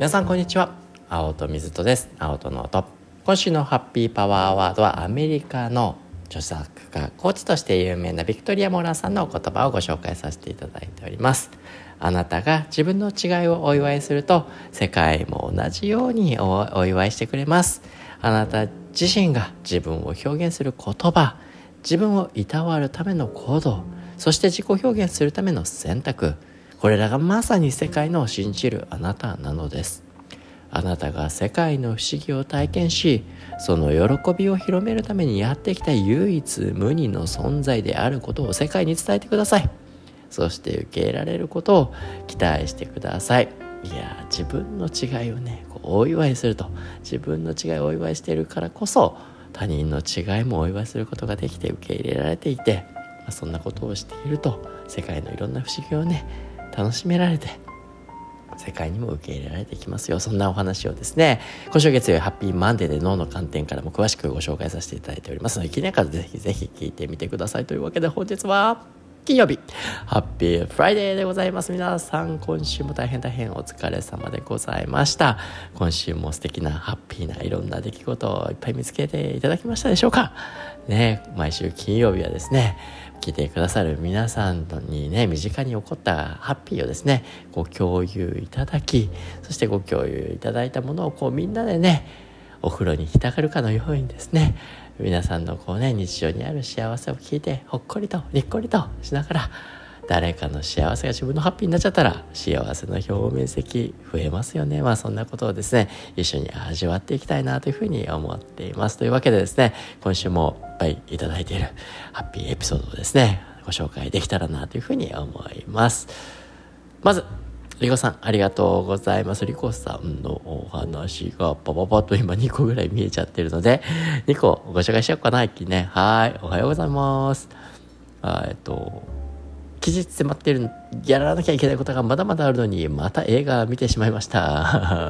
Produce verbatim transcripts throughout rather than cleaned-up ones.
皆さんこんにちは。青戸水戸です。青戸の音。今週のハッピーパワーワードはアメリカの著作家コーチとして有名なビクトリア・モラーさんのお言葉をご紹介させていただいております。あなたが自分の違いをお祝いすると世界も同じように お, お祝いしてくれます。あなた自身が自分を表現する言葉、自分をいたわるための行動、そして自己表現するための選択、これらがまさに世界の信じるあなたなのです。あなたが世界の不思議を体験し、その喜びを広めるためにやってきた唯一無二の存在であることを世界に伝えてください。そして受け入れられることを期待してください。いや、自分の違いをね、こうお祝いすると、自分の違いをお祝いしているからこそ、他人の違いもお祝いすることができて受け入れられていて、まあ、そんなことをしていると、世界のいろんな不思議をね、楽しめられて、世界にも受け入れられていきますよ。そんなお話をですね、今週月曜ハッピーマンデーで脳の観点からも詳しくご紹介させていただいておりますので、気になる方ぜひぜひ聞いてみてください。というわけで本日は金曜日、ハッピーフライデーでございます。皆さん今週も大変大変お疲れ様でございました。今週も素敵なハッピーないろんな出来事をいっぱい見つけていただきましたでしょうかね。毎週金曜日はですね、聞いてくださる皆さんにね、身近に起こったハッピーをですね、ご共有いただき、そしてご共有いただいたものをこうみんなでね、お風呂に浸かるかのようにですね、皆さんのこうね、日常にある幸せを聞いてほっこりとにっこりとしながら、誰かの幸せが自分のハッピーになっちゃったら幸せの表面積増えますよね。まあそんなことをですね、一緒に味わっていきたいなというふうに思っています。というわけでですね、今週もいっぱいいただいているハッピーエピソードをですね、ご紹介できたらなというふうに思います。まずリコさん、ありがとうございます。リコさんのお話がパパパッと今にこぐらい見えちゃってるので、にこご紹介しようかな。一気にね。はい、おはようございます。あえっと期日迫っている、やらなきゃいけないことがまだまだあるのに、また映画見てしまいました。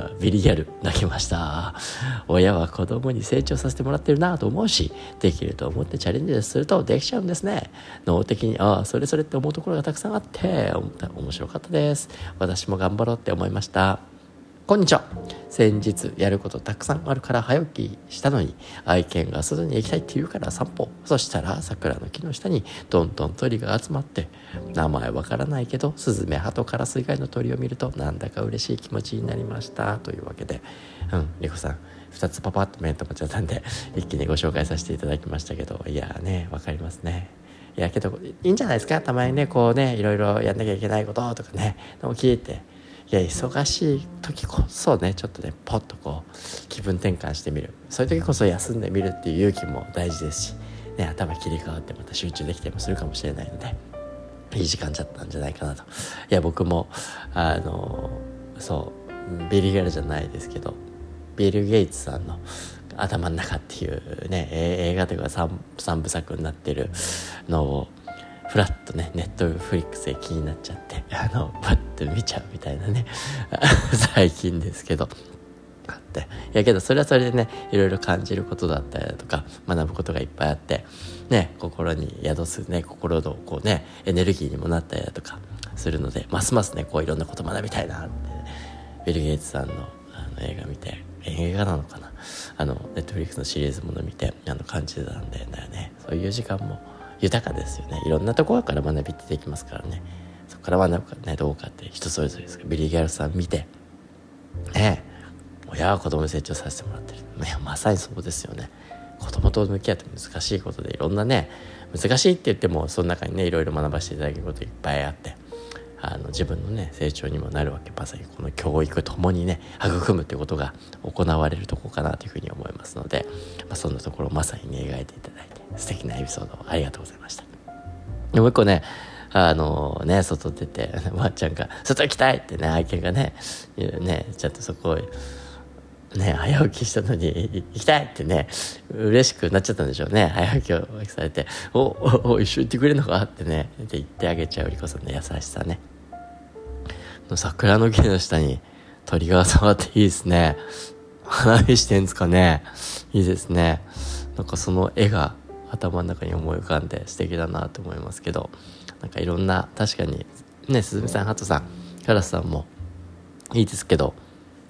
ビリギャル泣きました。親は子供に成長させてもらってるなと思うし、できると思ってチャレンジするとできちゃうんですね。脳的にああそれそれって思うところがたくさんあって面白かったです。私も頑張ろうって思いました。こんにちは。先日やることたくさんあるから早起きしたのに、愛犬が外に行きたいって言うから散歩。そしたら桜の木の下にどんどん鳥が集まって、名前わからないけどスズメ、ハト、カラス以外の鳥を見るとなんだか嬉しい気持ちになりました。というわけで、うんリコさんふたつパパッと目と思っちゃったんで一気にご紹介させていただきましたけど、いやね、わかりますね。いやけどいいんじゃないですか。たまにね、こうね、いろいろやんなきゃいけないこととかね、でも聞いて、いや忙しい時こそね、ちょっとねポッとこう気分転換してみる、そういう時こそ休んでみるっていう勇気も大事ですし、ね、頭切り替わってまた集中できたりもするかもしれないので、いい時間だったんじゃないかなと。いや僕もあのそうビリギャルじゃないですけど、ビル・ゲイツさんの頭の中っていうね、映画というか 3, 3部作になってるのをフラッとね、ネットフリックスで気になっちゃって、あのパッと見ちゃうみたいなね最近ですけどあって、いやけどそれはそれでね、いろいろ感じることだったりだとか学ぶことがいっぱいあってね、心に宿すね、心のこうねエネルギーにもなったりだとかするので、ますますねこういろんなこと学びたいなって、ね、ビル・ゲイツさんのあの映画見て、映画なのかな、あのネットフリックスのシリーズもの見てあの感じてたんだよね。そういう時間も豊かですよね。いろんなところから学びってできますからね。そこから学ぶかね、どうかって人それぞれですけど、ビリギャルさん見てね、親は子供に成長させてもらってる、いやまさにそうですよね。子供と向き合って難しいことで、いろんなね、難しいって言ってもその中にねいろいろ学ばせていただけることいっぱいあって、あの自分のね成長にもなるわけ。まさにこの教育ともにね育むってことが行われるところかなというふうに思いますので、まあ、そんなところをまさに、ね、描いていただいて素敵なエピソードをありがとうございました。でもう一個ね、あのね外出てワンちゃんが外行きたいってね、愛犬がねねちゃんとそこをね早起きしたのに行きたいってね嬉しくなっちゃったんでしょうね。早起きをされて、おおお一緒に行ってくれるのかってねって言ってあげちゃうリコさんの優しさね。桜の木の下に鳥が触っていいですね。花火してんですかね。いいですね。なんかその絵が頭の中に思い浮かんで素敵だなと思いますけど、なんかいろんな、確かにね、すずめさん、ハトさん、カラスさんもいいですけど、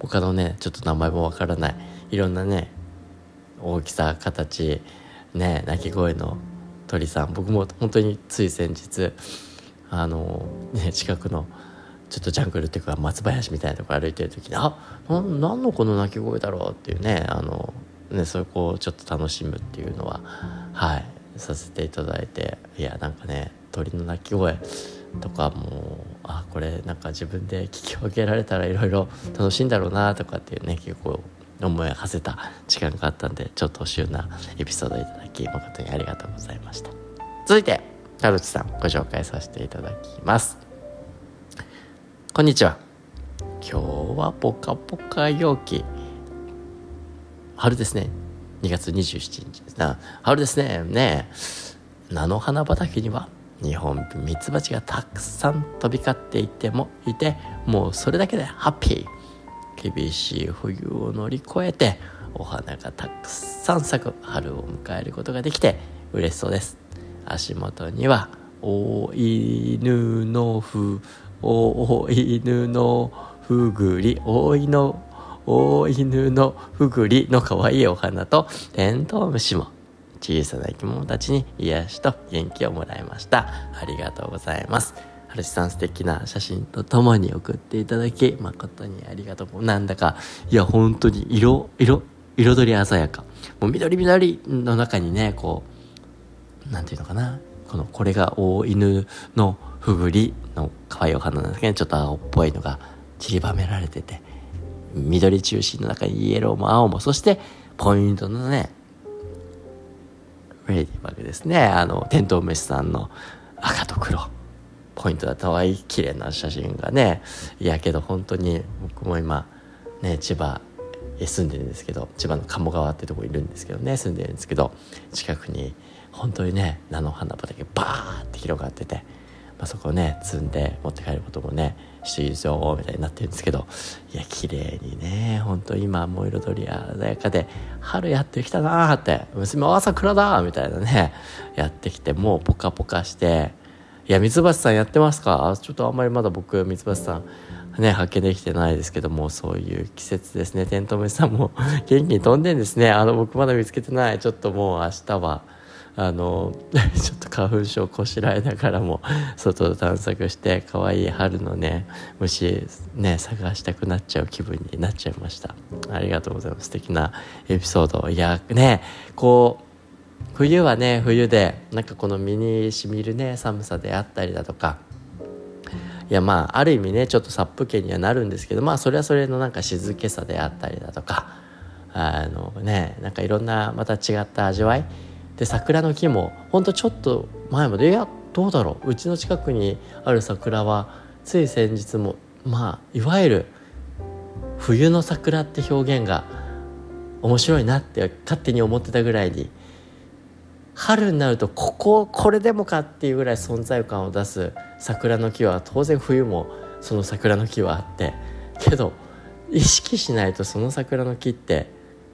他のねちょっと名前もわからないいろんなね大きさ形ね鳴き声の鳥さん、僕も本当につい先日あのね近くのちょっとジャングルっていうか松林みたいなところ歩いてる時にあな何のこの鳴き声だろうっていうねあのねそれをちょっと楽しむっていうのははいさせていただいて、いやなんかね鳥の鳴き声とかもあこれなんか自分で聞き分けられたらいろいろ楽しいんだろうなとかっていうね結構思いを馳せた時間があったんで、ちょっと旬なエピソードをいただき誠にありがとうございました。続いて田淵さんご紹介させていただきます。こんにちは。今日はポカポカ陽気、春ですね。にがつにじゅうしちにちですな。春ですね。ねえ菜の花畑には日本ミツバチがたくさん飛び交っていてもいてもうそれだけでハッピー。厳しい冬を乗り越えてお花がたくさん咲く春を迎えることができて嬉しそうです。足元にはお犬のふお犬のふぐりおいのお犬のふぐりの可愛いお花とテントウムシも小さな生き物たちに癒しと元気をもらいました。ありがとうございます。はるしさん素敵な写真とともに送っていただき誠にありがとう。なんだかいや本当に色色彩り鮮やか、もう緑緑の中にねこうなんていうのかな、このこれが大犬のふぐりの可愛いお花なんですけど、ちょっと青っぽいのが散りばめられてて、緑中心の中にイエローも青も、そしてポイントのねレディバグですね、あのテントウムシさんの赤と黒ポイントだった可愛い綺麗な写真がね、いやけど本当に僕も今ね千葉へ住んでるんですけど、千葉の鴨川ってとこいるんですけどね住んでるんですけど、近くに本当にね菜の花畑バーって広がってて、まあ、そこをね摘んで持って帰ることもねしていいですよみたいになってるんですけど、いや綺麗にね本当今もう彩り鮮やかで春やってきたなーって、娘は朝倉だーみたいなねやってきて、もうポカポカして、いやミツバチさんやってますか？ちょっとあんまりまだ僕ミツバチさんね発見できてないですけども、そういう季節ですね。テントウムシさんも元気に飛んでんですね。あの僕まだ見つけてない。ちょっともう明日はあのちょっと花粉症こしらえながらも外を探索して可愛い春のね虫ね探したくなっちゃう気分になっちゃいました。ありがとうございます。素敵なエピソード。いやねこう冬はね冬でなんかこの身にしみるね寒さであったりだとか、いやまあある意味ねちょっと殺風景にはなるんですけど、まあそれはそれのなんか静けさであったりだとか、あのねなんかいろんなまた違った味わいで、桜の木もほんとちょっと前までいやどうだろう、うちの近くにある桜はつい先日もまあいわゆる冬の桜って表現が面白いなって勝手に思ってたぐらいに、春になるとこここれでもかっていうぐらい存在感を出す桜の木は当然冬もその桜の木はあって、けど意識しないとその桜の木って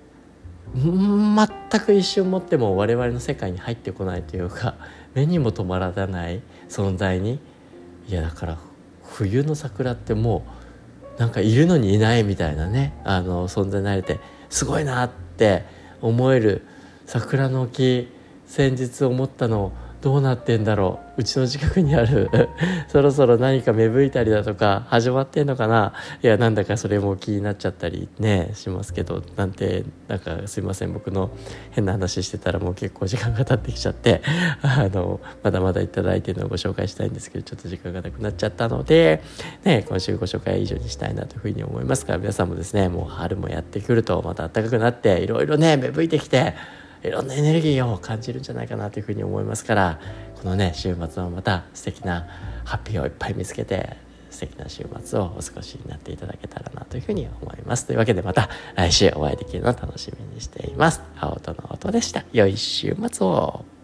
全く一瞬持っても我々の世界に入ってこないというか、目にも止まらない存在に、いやだから冬の桜ってもうなんかいるのにいないみたいなねあの存在になれてすごいなって思える桜の木、先日思ったのどうなってんだろう、うちの近くにあるそろそろ何か芽吹いたりだとか始まってんのかな、いやなんだかそれも気になっちゃったりねしますけど、なんてなんかすいません、僕の変な話してたらもう結構時間が経ってきちゃってあのまだまだいただいてるのをご紹介したいんですけど、ちょっと時間がなくなっちゃったので、ね、今週ご紹介以上にしたいなというふうに思いますから、皆さんもですねもう春もやってくるとまた暖かくなっていろいろね芽吹いてきていろんなエネルギーを感じるんじゃないかなというふうに思いますから、このね週末はまた素敵なハッピーをいっぱい見つけて素敵な週末をお過ごしになっていただけたらなというふうに思います。というわけでまた来週お会いできるのを楽しみにしています。青との音でした。良い週末を。